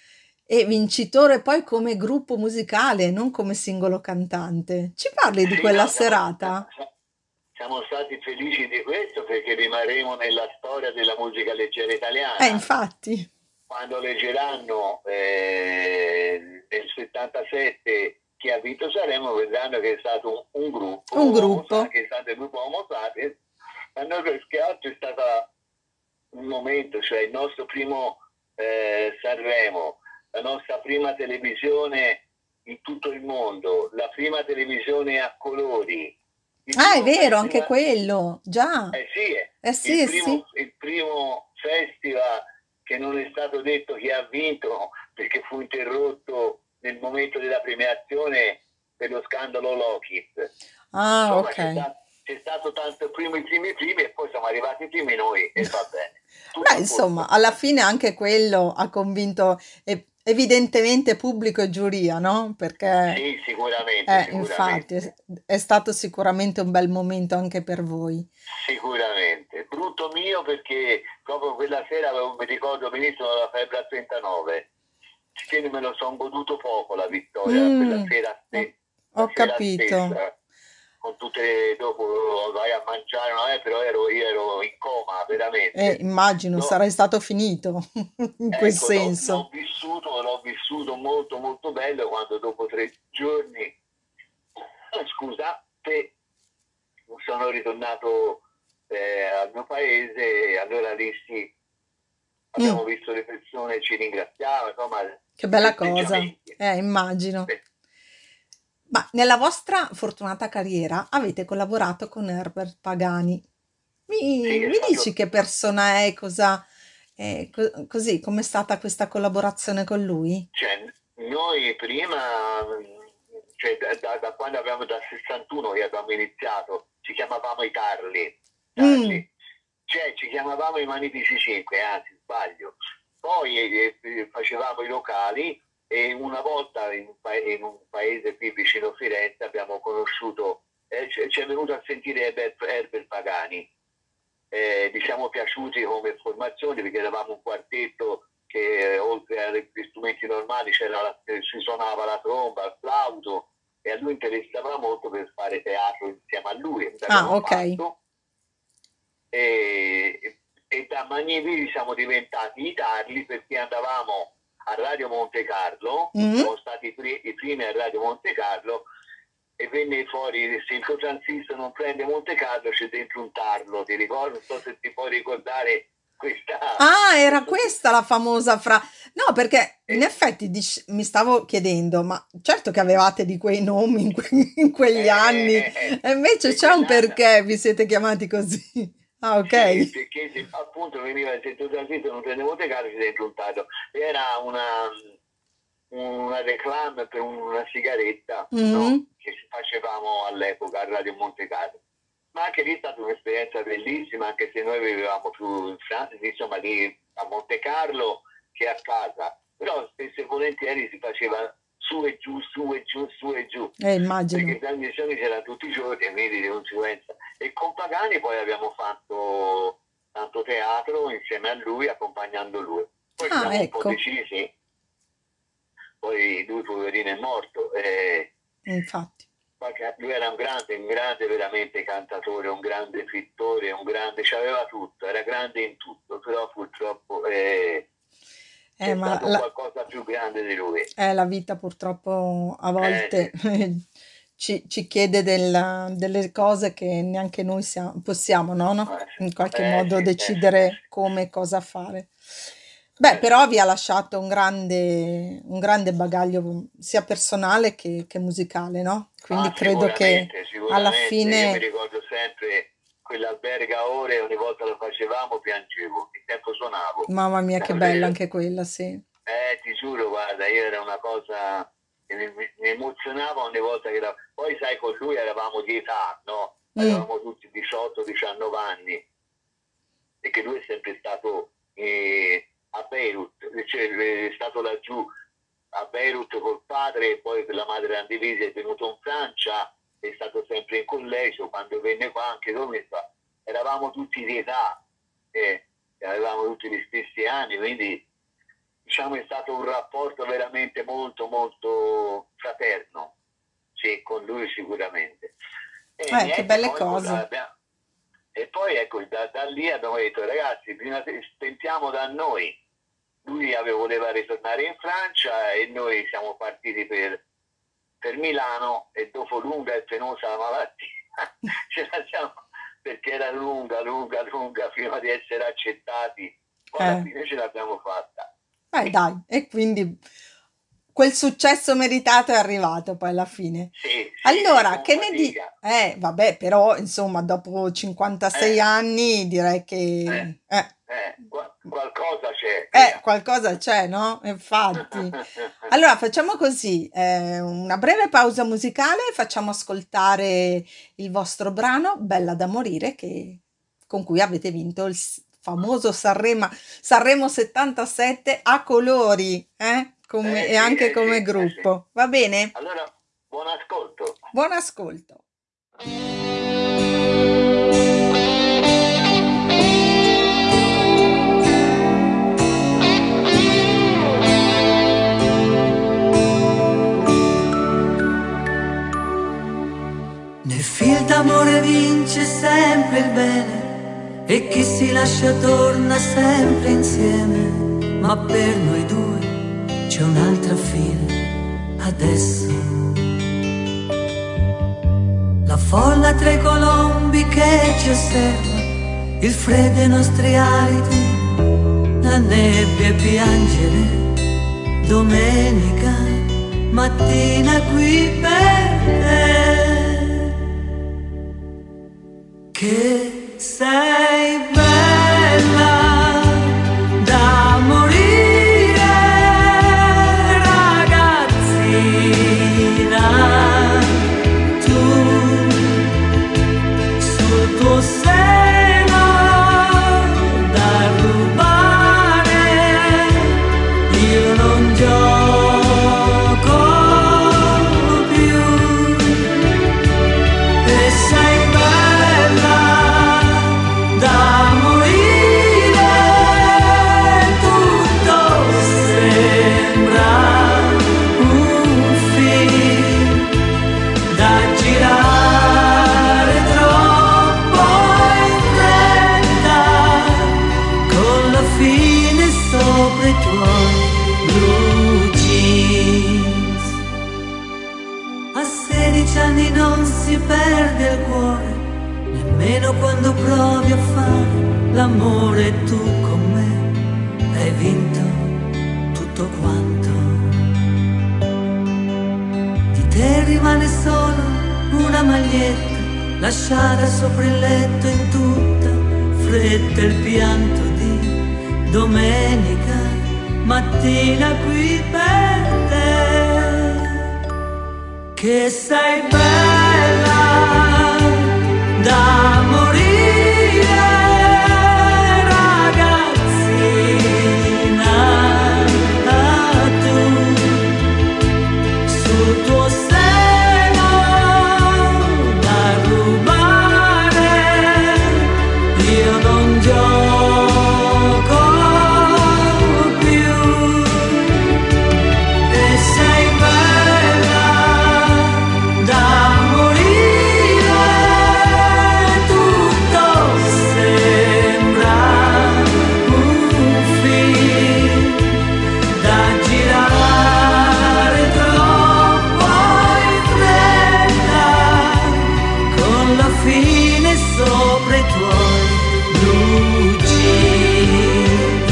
Speaker 1: e vincitore poi come gruppo musicale, non come singolo cantante. Ci parli di
Speaker 3: Sì,
Speaker 1: quella
Speaker 3: no, siamo,
Speaker 1: serata?
Speaker 3: siamo stati felici di questo perché rimarremo nella storia della musica leggera
Speaker 1: Eh,
Speaker 3: italiana.
Speaker 1: infatti,
Speaker 3: Quando leggeranno eh, nel settantasette chi ha vinto Sanremo, vedranno che è stato un, un gruppo,
Speaker 1: un
Speaker 3: Homo
Speaker 1: gruppo.
Speaker 3: Sapiens, che è stato il gruppo Homo Sapiens, ma noi per che altro è stato un momento, cioè il nostro primo eh, Sanremo, la nostra prima televisione in tutto il mondo, la prima televisione a colori, il
Speaker 1: Ah, è
Speaker 3: primo
Speaker 1: vero, anche
Speaker 3: festival,
Speaker 1: quello, già.
Speaker 3: eh sì, eh,
Speaker 1: Eh sì,
Speaker 3: il
Speaker 1: eh sì.
Speaker 3: primo, il primo festival che non è stato detto chi ha vinto perché fu interrotto nel momento della premiazione per lo scandalo Lockheed.
Speaker 1: Ah,
Speaker 3: Insomma,
Speaker 1: ok.
Speaker 3: c'è stato, c'è stato tanto primo i primi primi e poi siamo arrivati i primi noi e va bene, tutto
Speaker 1: Beh,
Speaker 3: a
Speaker 1: insomma,
Speaker 3: posto.
Speaker 1: alla fine anche quello ha convinto e- evidentemente pubblico e giuria, no? Perché,
Speaker 3: Sì, sicuramente,
Speaker 1: eh, infatti, è,
Speaker 3: sicuramente,
Speaker 1: è stato sicuramente un bel momento anche per voi.
Speaker 3: sicuramente. Brutto mio perché proprio quella sera avevo- mi ricordo benissimo la febbre a trentanove, che me lo sono goduto poco la vittoria, quella
Speaker 1: Mm,
Speaker 3: sera,
Speaker 1: ho,
Speaker 3: ste- la
Speaker 1: ho
Speaker 3: sera
Speaker 1: capito.
Speaker 3: stessa, con tutte le, dopo vai a mangiare, no, eh, però ero, io ero in coma,
Speaker 1: Eh,
Speaker 3: veramente.
Speaker 1: immagino
Speaker 3: No,
Speaker 1: sarai stato finito in quel
Speaker 3: ecco, l'ho, l'ho
Speaker 1: senso.
Speaker 3: vissuto, l'ho vissuto molto molto bello quando dopo tre giorni, scusa, te, sono ritornato eh, al mio paese e allora lì sì,
Speaker 1: Mm,
Speaker 3: abbiamo visto le persone, ci ringraziavano, insomma,
Speaker 1: che
Speaker 3: i
Speaker 1: bella cosa.
Speaker 3: festeggiamenti.
Speaker 1: Eh, immagino.
Speaker 3: Beh,
Speaker 1: Ma nella vostra fortunata carriera avete collaborato con Herbert Pagani. Mi,
Speaker 3: sì, è
Speaker 1: mi dici
Speaker 3: stato,
Speaker 1: che persona è, cosa, E co- così, com'è stata questa collaborazione con lui?
Speaker 3: Cioè, noi prima, mh, cioè, da, da- da quando abbiamo dal sessantuno che abbiamo iniziato, ci chiamavamo i Carli,
Speaker 1: Mm,
Speaker 3: Carli. Cioè ci chiamavamo i Magnifici cinque, anzi sbaglio. Poi eh, eh, facevamo i locali e una volta in un, pa- in un paese qui vicino Firenze abbiamo conosciuto, eh, ci ci è venuto a sentire Herbert, Herbert Pagani. Eh, gli siamo piaciuti come formazione perché eravamo un quartetto che eh, oltre agli strumenti normali c'era la- eh, si suonava la tromba, il flauto e a lui interessava molto per fare teatro insieme a lui. E
Speaker 1: ah,
Speaker 3: l'abbiamo
Speaker 1: ok.
Speaker 3: fatto e, e da Magnifici siamo diventati i Tarli perché andavamo a Radio Monte Carlo,
Speaker 1: Mm?
Speaker 3: siamo stati i, pri- i primi a Radio Monte Carlo e venne fuori se il transistor non prende Monte Carlo c'è dentro un tarlo, ti ricordo? Non so se ti puoi ricordare questa...
Speaker 1: Ah, era
Speaker 3: questo-
Speaker 1: questa la famosa fra... No, perché in
Speaker 3: eh,
Speaker 1: effetti dic- mi stavo chiedendo, ma certo che avevate di quei nomi in, que- in quegli anni,
Speaker 3: eh, eh,
Speaker 1: e invece
Speaker 3: in
Speaker 1: c'è un
Speaker 3: quell'anno
Speaker 1: perché vi siete chiamati così. Ah,
Speaker 3: sì,
Speaker 1: ok.
Speaker 3: perché se appunto veniva il centro transito non prende Monte Carlo ci dentro un tarlo. Era una, una reclame per una sigaretta, no?
Speaker 1: Mm?
Speaker 3: Che facevamo all'epoca a Radio Monte Carlo. Ma anche lì è stata un'esperienza bellissima, anche se noi vivevamo più in Francia, insomma lì a Monte Carlo che a casa. Però spesso e volentieri si faceva su e giù, su e giù, su e giù.
Speaker 1: Eh,
Speaker 3: Perché
Speaker 1: immagino.
Speaker 3: le trasmissioni c'erano tutti i giorni, quindi di conseguenza. E con Pagani poi abbiamo fatto tanto teatro insieme a lui, accompagnando lui. Poi ci
Speaker 1: Ah,
Speaker 3: siamo un po'
Speaker 1: ecco,
Speaker 3: decisi, poi lui poverino è morto. E
Speaker 1: infatti.
Speaker 3: perché lui era un grande, un grande veramente cantatore, un grande pittore, un grande, c'aveva tutto, era grande in tutto, però purtroppo eh,
Speaker 1: Eh,
Speaker 3: c'è
Speaker 1: ma
Speaker 3: stato un
Speaker 1: la,
Speaker 3: qualcosa più grande di lui.
Speaker 1: eh, la vita purtroppo a
Speaker 3: Eh
Speaker 1: volte
Speaker 3: sì,
Speaker 1: ci, ci chiede del- delle cose che neanche noi siamo- possiamo, no? No?
Speaker 3: eh sì,
Speaker 1: In qualche
Speaker 3: eh
Speaker 1: modo
Speaker 3: sì, eh sì, eh
Speaker 1: decidere
Speaker 3: sì,
Speaker 1: come e cosa fare. Beh,
Speaker 3: eh sì.
Speaker 1: però vi ha lasciato un grande, un grande bagaglio sia personale che, che musicale, no? Quindi
Speaker 3: Ah,
Speaker 1: credo che
Speaker 3: sicuramente,
Speaker 1: alla
Speaker 3: sicuramente. Io mi
Speaker 1: fine,
Speaker 3: ricordo sempre quell'alberga a ore, ogni volta lo facevamo piangevo, il tempo suonavo,
Speaker 1: mamma mia, che bella
Speaker 3: davvero.
Speaker 1: anche quella, sì.
Speaker 3: Eh, ti giuro, guarda, io era una cosa che mi, mi- mi emozionava ogni volta che era... Poi sai, con lui eravamo di età, no?
Speaker 1: Mm,
Speaker 3: Avevamo tutti diciotto diciannove anni, perché lui è sempre stato eh, a Beirut, cioè è stato laggiù a Beirut col padre e poi per la madre Andivisi è venuto in Francia, è stato sempre in collegio, quando venne qua anche noi eravamo tutti di età, eh, avevamo tutti gli stessi anni, quindi diciamo è stato un rapporto veramente molto molto fraterno, sì, con lui sicuramente. E
Speaker 1: eh, che
Speaker 3: niente,
Speaker 1: belle
Speaker 3: poi con
Speaker 1: cose.
Speaker 3: la, e poi ecco, da, da lì abbiamo detto ragazzi, prima stentiamo da noi. Lui aveva, voleva ritornare in Francia e noi siamo partiti per, per Milano e dopo lunga e penosa malattia ce la siamo, perché era lunga, lunga, lunga prima di essere accettati. Poi alla
Speaker 1: Eh.
Speaker 3: fine ce l'abbiamo fatta.
Speaker 1: Eh dai, e quindi quel successo meritato è arrivato poi alla fine.
Speaker 3: Sì, sì, sì,
Speaker 1: Allora,
Speaker 3: con
Speaker 1: che ne di...
Speaker 3: fatica.
Speaker 1: Eh, vabbè, però, insomma, dopo cinquantasei
Speaker 3: Eh,
Speaker 1: anni direi
Speaker 3: eh,
Speaker 1: che... Eh,
Speaker 3: eh, qua- qualcosa c'è,
Speaker 1: eh,
Speaker 3: via.
Speaker 1: qualcosa c'è, no? Infatti. Allora, facciamo così, eh, una breve pausa musicale, facciamo ascoltare il vostro brano, Bella da morire, che- con cui avete vinto il s- famoso Sanremo, Sanremo settantasette a colori, eh? Come-
Speaker 3: Eh
Speaker 1: e
Speaker 3: sì,
Speaker 1: anche
Speaker 3: eh sì,
Speaker 1: come
Speaker 3: eh sì.
Speaker 1: gruppo. Va bene?
Speaker 3: Allora, buon ascolto.
Speaker 1: Buon ascolto.
Speaker 2: Nel film d'amore vince sempre il bene e chi si lascia torna sempre insieme, ma per noi due c'è un'altra fine adesso. La folla tra i colombi che ci osserva, il freddo ai nostri aliti, la nebbia e piangere, domenica mattina qui per te. Che sei bella vero quando provi a fare l'amore tu con me hai vinto tutto quanto. Di te rimane solo una maglietta lasciata sopra il letto in tutta fretta, il pianto di domenica mattina qui per te, che sei bella da morire, ragazzina, tu sul tuo seno da rubare, io non gioco più, e sei bella da morire, tutto sembra un film da girare troppo in fretta, con la fine sopra i tuoi blue jeans.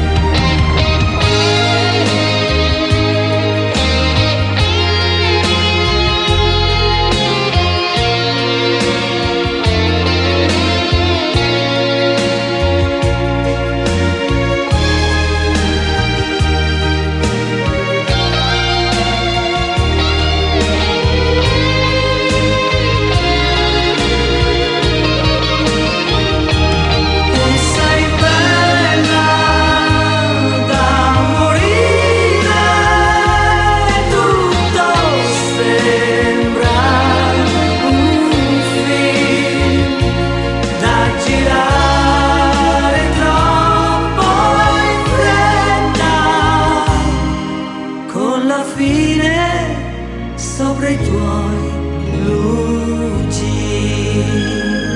Speaker 2: E sei bella da morire, tutto sembra un film da girare troppo in fretta, con la fine sopra i tuoi blue jeans.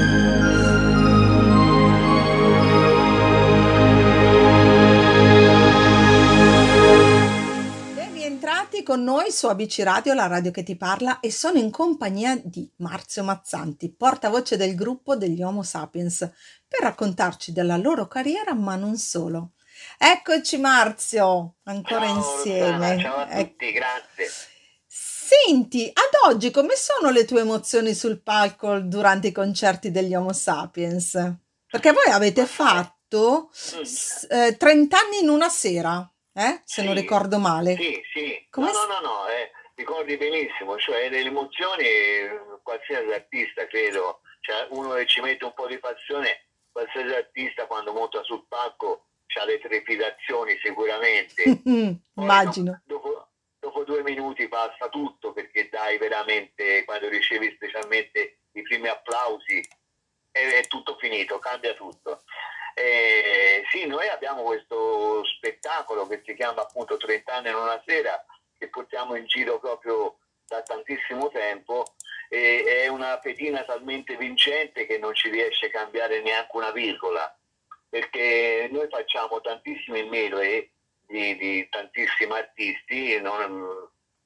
Speaker 1: Ben rientrati con noi su A B C Radio, la radio che ti parla, e sono in compagnia di Marzio Mazzanti, portavoce del gruppo degli Homo Sapiens, per raccontarci della loro carriera, ma non solo. Eccoci Marzio, ancora
Speaker 3: Ciao Rossana,
Speaker 1: insieme.
Speaker 3: ciao a
Speaker 1: Ec-
Speaker 3: tutti, grazie.
Speaker 1: Senti, ad oggi come sono le tue emozioni sul palco durante i concerti degli Homo Sapiens? Perché voi avete
Speaker 3: Ma sai,
Speaker 1: fatto
Speaker 3: mm,
Speaker 1: s- eh, trenta anni in una sera, eh? Se non
Speaker 3: sì,
Speaker 1: ricordo male.
Speaker 3: sì, sì,
Speaker 1: Come
Speaker 3: no, no,
Speaker 1: s-
Speaker 3: no, no, eh, ricordi benissimo, cioè delle emozioni, eh, qualsiasi artista credo, cioè uno che ci mette un po' di passione, qualsiasi artista quando monta sul palco ha le trepidazioni sicuramente, poi do-
Speaker 1: Immagino.
Speaker 3: dopo, dopo due minuti passa tutto perché dai veramente, quando ricevi specialmente i primi applausi, è, è tutto finito, cambia tutto. Eh, sì, noi abbiamo questo spettacolo che si chiama appunto trenta anni in una sera, che portiamo in giro proprio da tantissimo tempo, e è una pedina talmente vincente che non ci riesce a cambiare neanche una virgola, perché noi facciamo tantissimi medley di, di tantissimi artisti, non,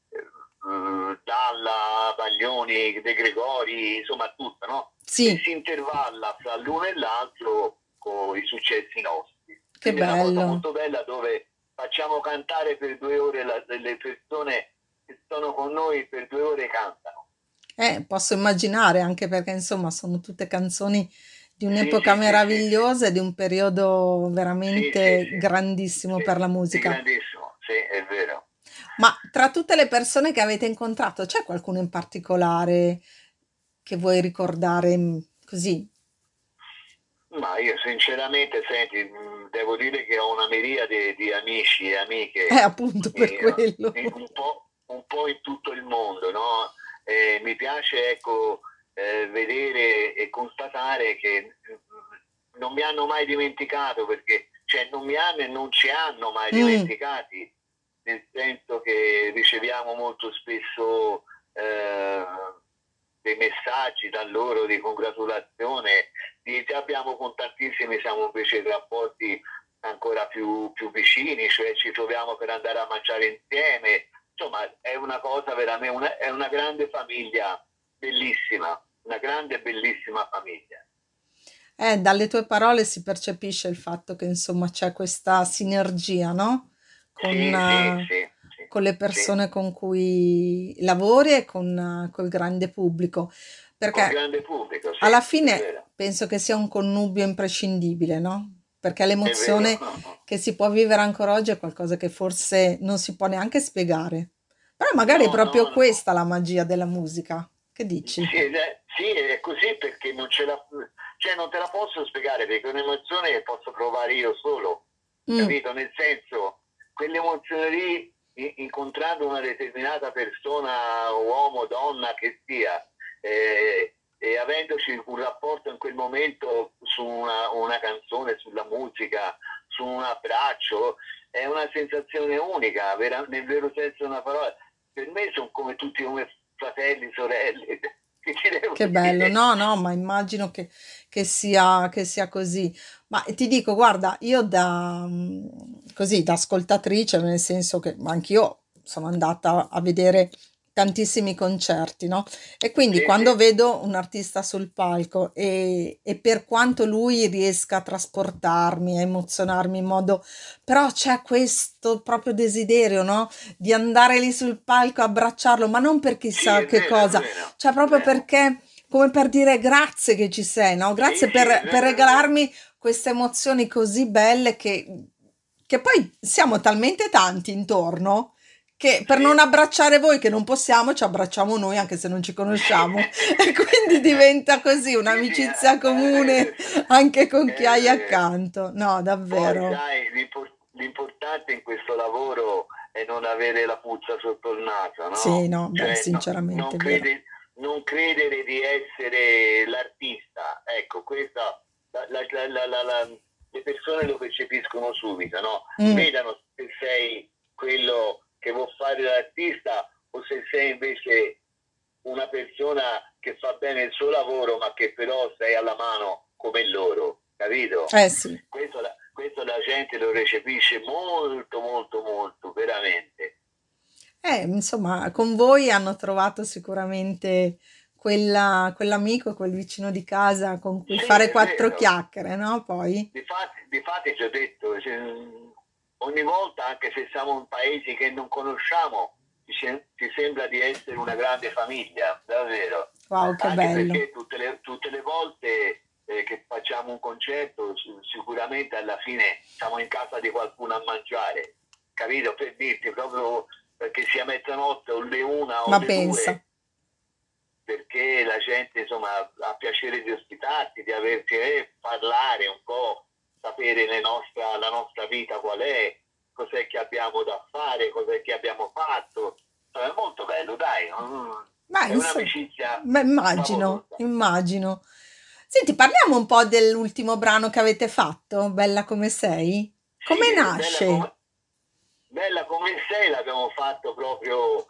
Speaker 3: eh, Dalla, Baglioni, De Gregori, insomma tutto, no? E
Speaker 1: Sì,
Speaker 3: si intervalla fra l'uno e l'altro con i successi nostri.
Speaker 1: che
Speaker 3: Quindi è una cosa
Speaker 1: bello.
Speaker 3: molto bella dove facciamo cantare per due ore la- le persone che sono con noi per due ore cantano.
Speaker 1: Eh, posso immaginare, anche perché insomma sono tutte canzoni di
Speaker 3: Sì,
Speaker 1: un'epoca
Speaker 3: sì, sì, sì, sì.
Speaker 1: meravigliosa e di un periodo
Speaker 3: Sì, sì,
Speaker 1: veramente
Speaker 3: sì.
Speaker 1: grandissimo
Speaker 3: Sì,
Speaker 1: per la
Speaker 3: sì,
Speaker 1: musica.
Speaker 3: grandissimo, sì, è vero.
Speaker 1: Ma tra tutte le persone che avete incontrato, c'è qualcuno in particolare che vuoi ricordare mm, così?
Speaker 3: Ma io sinceramente, senti, mh, devo dire che ho una miriade di amici e
Speaker 1: Eh,
Speaker 3: amiche
Speaker 1: appunto per
Speaker 3: eh,
Speaker 1: quello.
Speaker 3: in- un po', un po' in tutto il mondo, no? Eh, mi piace, ecco, eh, vedere e constatare che mh, non mi hanno mai dimenticato, perché, cioè, non mi hanno e non ci hanno mai
Speaker 1: Mm,
Speaker 3: dimenticati, nel senso che riceviamo molto spesso eh, dei messaggi da loro di congratulazione, di, già abbiamo con tantissimi, siamo invece in rapporti ancora più, più vicini, cioè ci troviamo per andare a mangiare insieme, insomma è una cosa veramente, una, è una grande famiglia, bellissima, una grande e bellissima famiglia.
Speaker 1: Eh, dalle tue parole si percepisce il fatto che insomma c'è questa sinergia, no? Con,
Speaker 3: Sì, sì,
Speaker 1: eh,
Speaker 3: sì, sì,
Speaker 1: con le
Speaker 3: sì.
Speaker 1: persone con cui lavori e con, eh, col grande pubblico,
Speaker 3: Col
Speaker 1: perché
Speaker 3: grande pubblico, sì,
Speaker 1: alla
Speaker 3: è
Speaker 1: fine
Speaker 3: vero,
Speaker 1: penso che sia un connubio imprescindibile, no? Perché
Speaker 3: è vero.
Speaker 1: l'emozione che si può vivere ancora oggi è qualcosa che forse non si può neanche spiegare. Però magari è
Speaker 3: No,
Speaker 1: proprio
Speaker 3: no, no.
Speaker 1: questa la magia della musica. Che dici?
Speaker 3: Sì, ed è, sì, è così perché non ce la, cioè non te la posso spiegare perché è un'emozione che posso provare io solo,
Speaker 1: Mm,
Speaker 3: capito? Nel senso, quell'emozione lì, i- incontrando una determinata persona, uomo, donna, che sia, eh, e avendoci un rapporto in quel momento su una, una canzone, sulla musica, su un abbraccio, è una sensazione unica, vera- nel vero senso di una parola. Per me sono come tutti come fratelli, sorelle, che ci devo
Speaker 1: che bello.
Speaker 3: dire?
Speaker 1: No, no, ma immagino che, che sia, che sia così. Ma ti dico, guarda, io da, mm, così, da ascoltatrice, nel senso che anch'io sono andata a vedere tantissimi concerti, no? E quindi
Speaker 3: Sì,
Speaker 1: quando
Speaker 3: sì,
Speaker 1: vedo un artista sul palco e, e per quanto lui riesca a trasportarmi, a emozionarmi in modo, però c'è questo proprio desiderio, no? Di andare lì sul palco, abbracciarlo, ma non per
Speaker 3: sì,
Speaker 1: chissà
Speaker 3: è
Speaker 1: che
Speaker 3: vero, è
Speaker 1: cosa,
Speaker 3: vero,
Speaker 1: cioè
Speaker 3: è
Speaker 1: proprio
Speaker 3: vero.
Speaker 1: perché, come per dire grazie che ci sei, no?
Speaker 3: Sì,
Speaker 1: Grazie
Speaker 3: sì, è
Speaker 1: per, per
Speaker 3: vero, è vero.
Speaker 1: regalarmi queste emozioni così belle che, che poi siamo talmente tanti intorno che per non
Speaker 3: Sì,
Speaker 1: abbracciare voi che non possiamo, ci abbracciamo noi anche se non ci
Speaker 3: sì.
Speaker 1: conosciamo e quindi diventa così
Speaker 3: Quindi
Speaker 1: un'amicizia
Speaker 3: eh,
Speaker 1: comune anche con chi
Speaker 3: è
Speaker 1: hai
Speaker 3: vero.
Speaker 1: accanto. No,
Speaker 3: Poi
Speaker 1: davvero.
Speaker 3: sai, l'impor- l'importante in questo lavoro è non avere la puzza sotto il naso,
Speaker 1: Sì,
Speaker 3: no?
Speaker 1: no, beh,
Speaker 3: Cioè no-
Speaker 1: sinceramente
Speaker 3: non,
Speaker 1: è vero.
Speaker 3: crede- non credere di essere l'artista. Ecco, questa la- la- la- la- la- la- le persone lo percepiscono subito, no?
Speaker 1: Mm.
Speaker 3: Vedano se sei quello che vuol fare l'artista o se sei invece una persona che fa bene il suo lavoro ma che però sei alla mano come loro, capito?
Speaker 1: Eh sì.
Speaker 3: Questo la, questo la gente lo recepisce molto, molto, molto, veramente.
Speaker 1: Eh, insomma, con voi hanno trovato sicuramente quella, quell'amico, quel vicino di casa con cui
Speaker 3: Sì,
Speaker 1: fare
Speaker 3: è
Speaker 1: quattro
Speaker 3: vero.
Speaker 1: chiacchiere, no? Poi?
Speaker 3: Difatti, difatti ti ho detto, cioè, ogni volta, anche se siamo in paesi che non conosciamo, ci, se- ci sembra di essere una grande famiglia, davvero.
Speaker 1: Wow, che
Speaker 3: Anche
Speaker 1: bello.
Speaker 3: perché tutte le, tutte le volte eh, che facciamo un concerto, si- sicuramente alla fine siamo in casa di qualcuno a mangiare, capito? Per dirti, proprio perché sia mezzanotte o le una o
Speaker 1: Ma
Speaker 3: le
Speaker 1: pensa.
Speaker 3: due, perché la gente insomma ha piacere di ospitarti, di averti eh, parlare un po', sapere le nostra, la nostra vita qual è, cos'è che abbiamo da fare, cos'è che abbiamo fatto. Insomma, è molto bello, dai, mm,
Speaker 1: Ma
Speaker 3: è
Speaker 1: insomma,
Speaker 3: un'amicizia
Speaker 1: ma immagino,
Speaker 3: favolosa.
Speaker 1: immagino. Senti, parliamo un po' dell'ultimo brano che avete fatto, Bella come sei? Come
Speaker 3: Sì, bella
Speaker 1: nasce?
Speaker 3: come, bella come sei l'abbiamo fatto proprio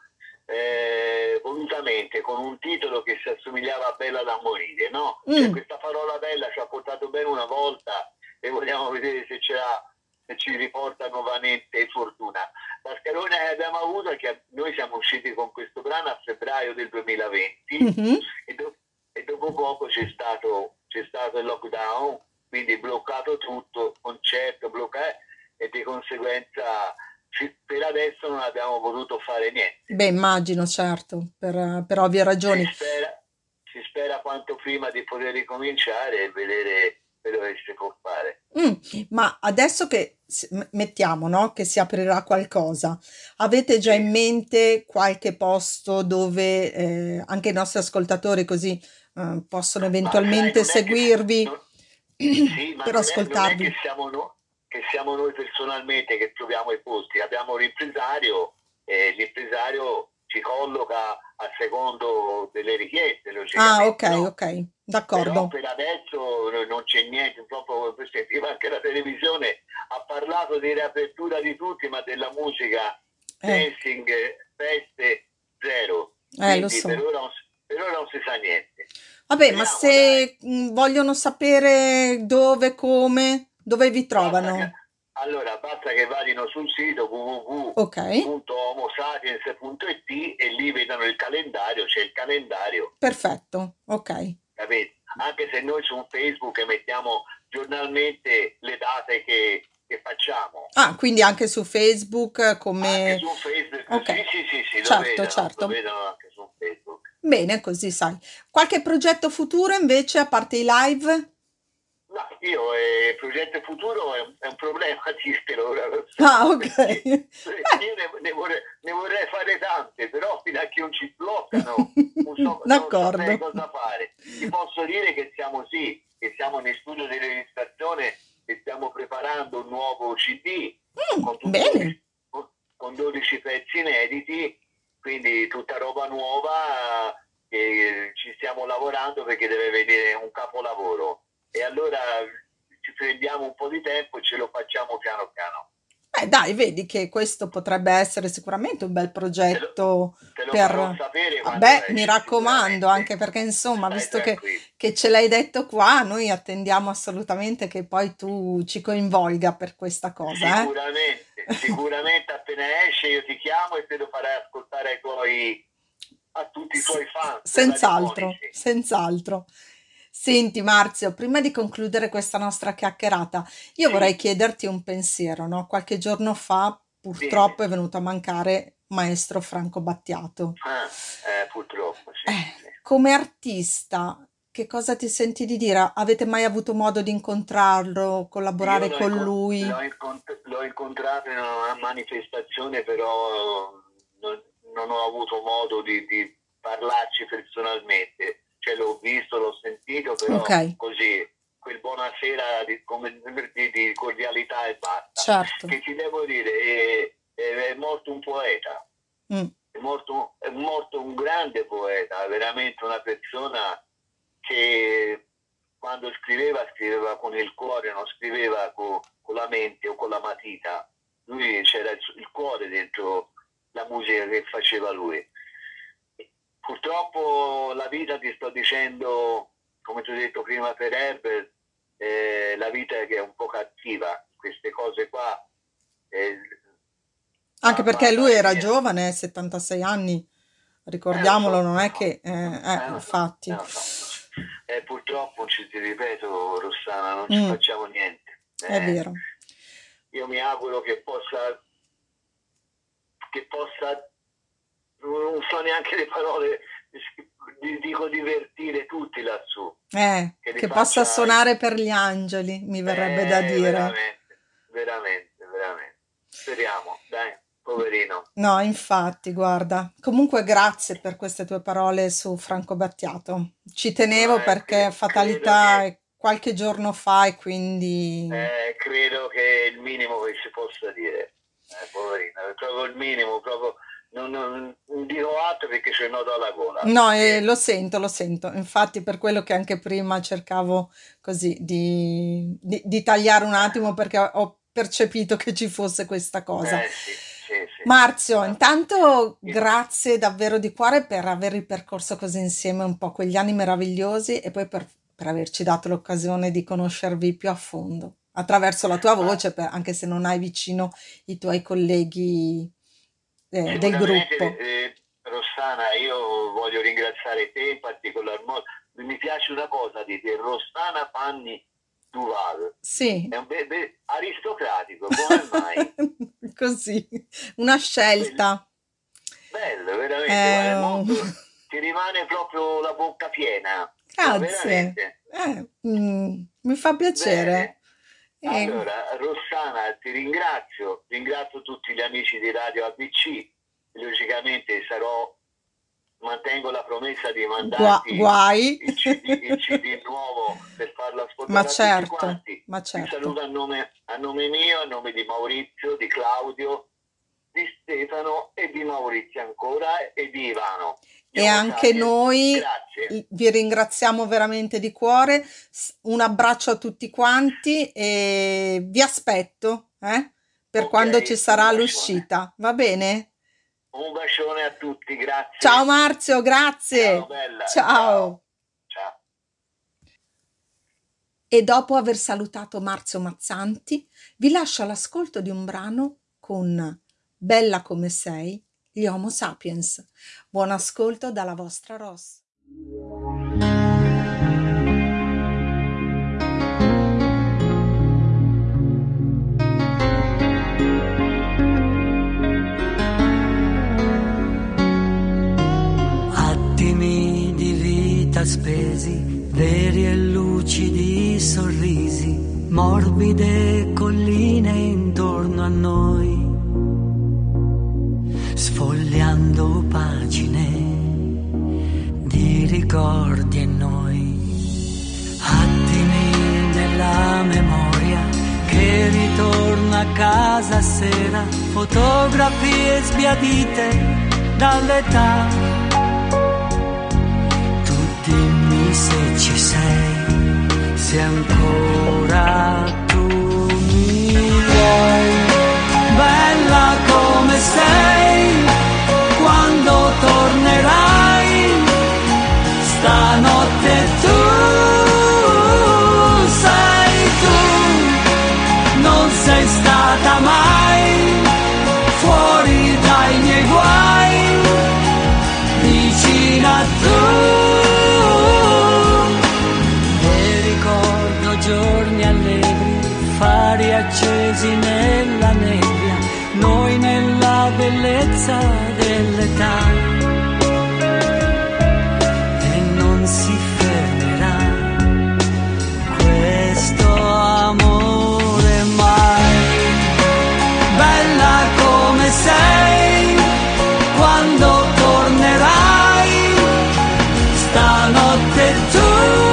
Speaker 3: eh, volutamente con un titolo che si assomigliava a Bella da morire, no? Cioè
Speaker 1: Mm,
Speaker 3: questa parola bella ci ha portato bene una volta e vogliamo vedere se, ce la, se ci riporta nuovamente fortuna. La scarona che abbiamo avuto è che noi siamo usciti con questo brano a febbraio del duemilaventi
Speaker 1: mhm.
Speaker 3: e, do- e dopo poco c'è stato, c'è stato il lockdown, quindi bloccato tutto, concerto, bloccato e di conseguenza ci- per adesso non abbiamo potuto fare niente.
Speaker 1: Beh, immagino, certo, per, per ovvie
Speaker 3: Si
Speaker 1: ragioni.
Speaker 3: spera, si spera quanto prima di poter ricominciare e vedere quello che si può fare.
Speaker 1: Mm, ma adesso che s- m- mettiamo, no, che si aprirà qualcosa, avete già
Speaker 3: Sì,
Speaker 1: in mente qualche posto dove eh, anche i nostri ascoltatori così eh, possono
Speaker 3: ma sai,
Speaker 1: eventualmente
Speaker 3: non è che,
Speaker 1: seguirvi
Speaker 3: non- sì, ma
Speaker 1: per
Speaker 3: non è, non è che
Speaker 1: ascoltarvi?
Speaker 3: siamo, no- che siamo noi personalmente che troviamo i posti, abbiamo un impresario e l'impresario ci colloca a secondo delle richieste,
Speaker 1: Ah, ok,
Speaker 3: logicamente, no?
Speaker 1: ok,
Speaker 3: Però
Speaker 1: d'accordo.
Speaker 3: per adesso non c'è niente, purtroppo sentiva anche la televisione, ha parlato di riapertura di tutti, ma della musica,
Speaker 1: Eh,
Speaker 3: dancing, feste, zero.
Speaker 1: eh, lo
Speaker 3: Quindi per
Speaker 1: so.
Speaker 3: ora, non si- per ora non si sa niente.
Speaker 1: Vabbè, ma
Speaker 3: Speriamo, dai.
Speaker 1: se mm, vogliono sapere dove, come, dove vi
Speaker 3: Basta che,
Speaker 1: trovano?
Speaker 3: allora, basta che vadino sul sito
Speaker 1: Ok,
Speaker 3: w w w punto homosapiens punto i t e lì vedono il calendario, c'è il calendario,
Speaker 1: perfetto, ok.
Speaker 3: capito? Anche se noi su Facebook mettiamo giornalmente le date che, che facciamo.
Speaker 1: Ah, quindi anche su Facebook
Speaker 3: Anche
Speaker 1: come...
Speaker 3: su Facebook,
Speaker 1: Ok,
Speaker 3: sì, sì, sì, sì, lo
Speaker 1: certo,
Speaker 3: vedono, lo
Speaker 1: certo.
Speaker 3: vedono anche su Facebook.
Speaker 1: Bene, così sai. Qualche progetto futuro invece, a parte i live?
Speaker 3: No, io, eh, il progetto futuro è un, è un problema, dirtelo ora, lo so,
Speaker 1: Ah, ok.
Speaker 3: perché
Speaker 1: Beh.
Speaker 3: io ne, ne vorrei, ne vorrei fare tante, però fino a che non ci bloccano non, so, non saprei
Speaker 1: D'accordo.
Speaker 3: cosa fare. Ti posso dire che siamo sì, che siamo in studio di registrazione e stiamo preparando un nuovo C D
Speaker 1: Mm,
Speaker 3: con, tutti
Speaker 1: bene.
Speaker 3: dodici, con dodici pezzi inediti, quindi tutta roba nuova, che ci stiamo lavorando perché deve venire un capolavoro. E allora ci prendiamo un po' di tempo e ce lo facciamo piano piano.
Speaker 1: Eh, dai, vedi che questo potrebbe essere sicuramente un bel
Speaker 3: Te lo,
Speaker 1: progetto
Speaker 3: te lo farò
Speaker 1: per...
Speaker 3: sapere quando
Speaker 1: Vabbè, mi
Speaker 3: esce,
Speaker 1: raccomando, anche
Speaker 3: sicuramente.
Speaker 1: perché insomma,
Speaker 3: Stai
Speaker 1: visto che,
Speaker 3: tranquillo.
Speaker 1: che ce l'hai detto qua, noi attendiamo assolutamente che poi tu ci coinvolga per questa cosa, eh?
Speaker 3: Sicuramente, sicuramente appena esce io ti chiamo e te lo farai ascoltare ai tuoi, a tutti i
Speaker 1: S-
Speaker 3: tuoi fans
Speaker 1: Senz'altro,
Speaker 3: radiofonici.
Speaker 1: senz'altro. Senti Marzio, prima di concludere questa nostra chiacchierata, io vorrei
Speaker 3: Sì,
Speaker 1: chiederti un pensiero, no? Qualche giorno fa
Speaker 3: dimmi.
Speaker 1: purtroppo è venuto a mancare maestro Franco Battiato.
Speaker 3: Ah, eh, purtroppo, sì, sì.
Speaker 1: Eh, come artista, che cosa ti senti di dire? Avete mai avuto modo di incontrarlo,
Speaker 3: Io
Speaker 1: collaborare
Speaker 3: l'ho,
Speaker 1: con
Speaker 3: incon-
Speaker 1: lui?
Speaker 3: l'ho incont- l'ho incontrato in una manifestazione, però non, non ho avuto modo di, di parlarci personalmente. Cioè l'ho visto, l'ho sentito,
Speaker 1: Ok,
Speaker 3: però così, quel buonasera di, come- di- di cordialità e basta.
Speaker 1: certo.
Speaker 3: Che ti devo dire, è, è- è morto un poeta,
Speaker 1: Mm,
Speaker 3: è morto, è morto un grande poeta, veramente una persona che quando scriveva scriveva con il cuore, non scriveva co- con la mente o con la matita. Lui c'era il, il cuore dentro la musica che faceva lui. Purtroppo la vita, ti sto dicendo, come ti ho detto prima per Herbert, eh, la vita è che è un po' cattiva, queste cose qua eh,
Speaker 1: anche
Speaker 3: va,
Speaker 1: perché
Speaker 3: va,
Speaker 1: lui
Speaker 3: vai
Speaker 1: era
Speaker 3: via.
Speaker 1: giovane, settantasei anni,
Speaker 3: Eh, lo
Speaker 1: ricordiamolo,
Speaker 3: so,
Speaker 1: non
Speaker 3: lo
Speaker 1: è
Speaker 3: so,
Speaker 1: che... Eh, eh,
Speaker 3: eh, lo so, eh,
Speaker 1: infatti.
Speaker 3: lo so, lo so. E purtroppo, ci, ti ripeto, Rossana, non ci
Speaker 1: Mm,
Speaker 3: facciamo niente.
Speaker 1: è
Speaker 3: Eh,
Speaker 1: vero.
Speaker 3: io mi auguro che possa, che possa, non so neanche le parole, di- dico divertire tutti lassù,
Speaker 1: Eh,
Speaker 3: che li
Speaker 1: che possa
Speaker 3: faccia,
Speaker 1: suonare per gli angeli, mi verrebbe da
Speaker 3: eh,
Speaker 1: dire.
Speaker 3: veramente, veramente, veramente. Speriamo, dai, poverino.
Speaker 1: No, infatti, guarda. Comunque grazie per queste tue parole su Franco Battiato. Ci tenevo
Speaker 3: Ma, eh,
Speaker 1: perché
Speaker 3: cre- credo
Speaker 1: fatalità
Speaker 3: che
Speaker 1: è qualche giorno fa e quindi...
Speaker 3: Eh, credo che è il minimo che si possa dire, eh, poverina, è proprio il minimo, proprio non, non- non dico altro perché c'è nodo alla gola,
Speaker 1: No, eh,
Speaker 3: perché
Speaker 1: lo sento, lo sento. Infatti per quello che anche prima cercavo così di, di- di tagliare un attimo perché ho ho percepito che ci fosse questa cosa.
Speaker 3: eh sì, sì, sì,
Speaker 1: Marzio,
Speaker 3: vabbè.
Speaker 1: intanto
Speaker 3: Io-
Speaker 1: grazie davvero di cuore per aver ripercorso così insieme un po' quegli anni meravigliosi e poi per, per averci dato l'occasione di conoscervi più a fondo attraverso la tua
Speaker 3: ma
Speaker 1: voce, per- anche se non hai vicino i tuoi colleghi eh, del
Speaker 3: sicuramente,
Speaker 1: gruppo.
Speaker 3: eh, Rossana, io voglio ringraziare te in particolar modo, mi piace una cosa di te, Rossana Panni Duval,
Speaker 1: Sì,
Speaker 3: è un bebe aristocratico, come mai?
Speaker 1: così, una
Speaker 3: Bell-
Speaker 1: scelta.
Speaker 3: Bello, veramente, guarda, è
Speaker 1: Eh,
Speaker 3: molto, ti rimane proprio la bocca piena, ma
Speaker 1: grazie.
Speaker 3: veramente.
Speaker 1: Eh, mm, mi fa piacere.
Speaker 3: Bene.
Speaker 1: Eh,
Speaker 3: Allora, Rossana, ti ringrazio, ringrazio tutti gli amici di Radio A B C, logicamente sarò, mantengo la promessa di
Speaker 1: gua-
Speaker 3: mandarti
Speaker 1: guai.
Speaker 3: il C D, il C D nuovo per farlo
Speaker 1: Ma
Speaker 3: ascoltare a tutti
Speaker 1: certo,
Speaker 3: quanti.
Speaker 1: ma
Speaker 3: Vi
Speaker 1: certo.
Speaker 3: saluto a nome, a nome mio, a nome di Maurizio, di Claudio, di Stefano e di Maurizio ancora e di Ivano.
Speaker 1: E
Speaker 3: Homo
Speaker 1: anche
Speaker 3: sapiens,
Speaker 1: noi
Speaker 3: grazie.
Speaker 1: vi ringraziamo veramente di cuore. S- Un abbraccio a tutti quanti e vi aspetto, eh, per
Speaker 3: Ok,
Speaker 1: quando ci
Speaker 3: un
Speaker 1: sarà
Speaker 3: bacione.
Speaker 1: l'uscita. Va bene?
Speaker 3: Un bacione a tutti,
Speaker 1: Ciao
Speaker 3: grazie.
Speaker 1: Marzio,
Speaker 3: Ciao
Speaker 1: grazie.
Speaker 3: bella, ciao.
Speaker 1: Ciao.
Speaker 3: Ciao.
Speaker 1: E dopo aver salutato Marzio Mazzanti, vi lascio all'ascolto di un brano con Bella come sei, gli Homo Sapiens. Buon ascolto dalla vostra Ross.
Speaker 2: spesi, veri e lucidi sorrisi, morbide colline intorno a noi, sfogliando pagine di ricordi e noi, attimi nella memoria che ritorna a casa sera, fotografie sbiadite dall'età. Tu dimmi se ci sei, se ancora tu mi vuoi, bella come sei, quando tornerai, stanotte tu sei tu, non sei stata mai fuori dai miei guai, vicina tu. E ricordo giorni allegri, fari accesi nella nebbia, noi nella bellezza dell'età. E non si fermerà questo amore mai. Bella come sei, quando tornerai, stanotte tu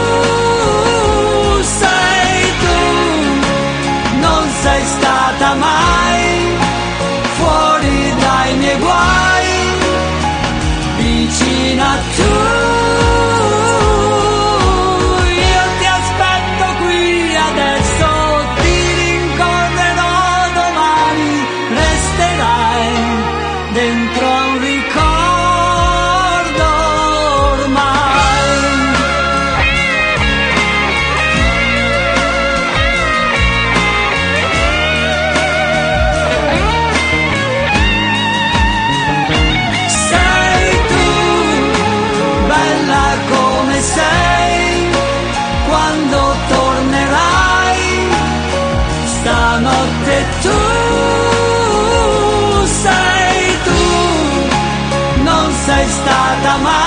Speaker 2: sei tu, non sei stata mai fuori dai miei guai, vicina tu. Io ti aspetto qui adesso, ti rincorrerò domani, resterai dentro a un ricordo ormai. Sei tu, bella come sei, quando tornerai, stanotte tu sei tu, non sei stata mai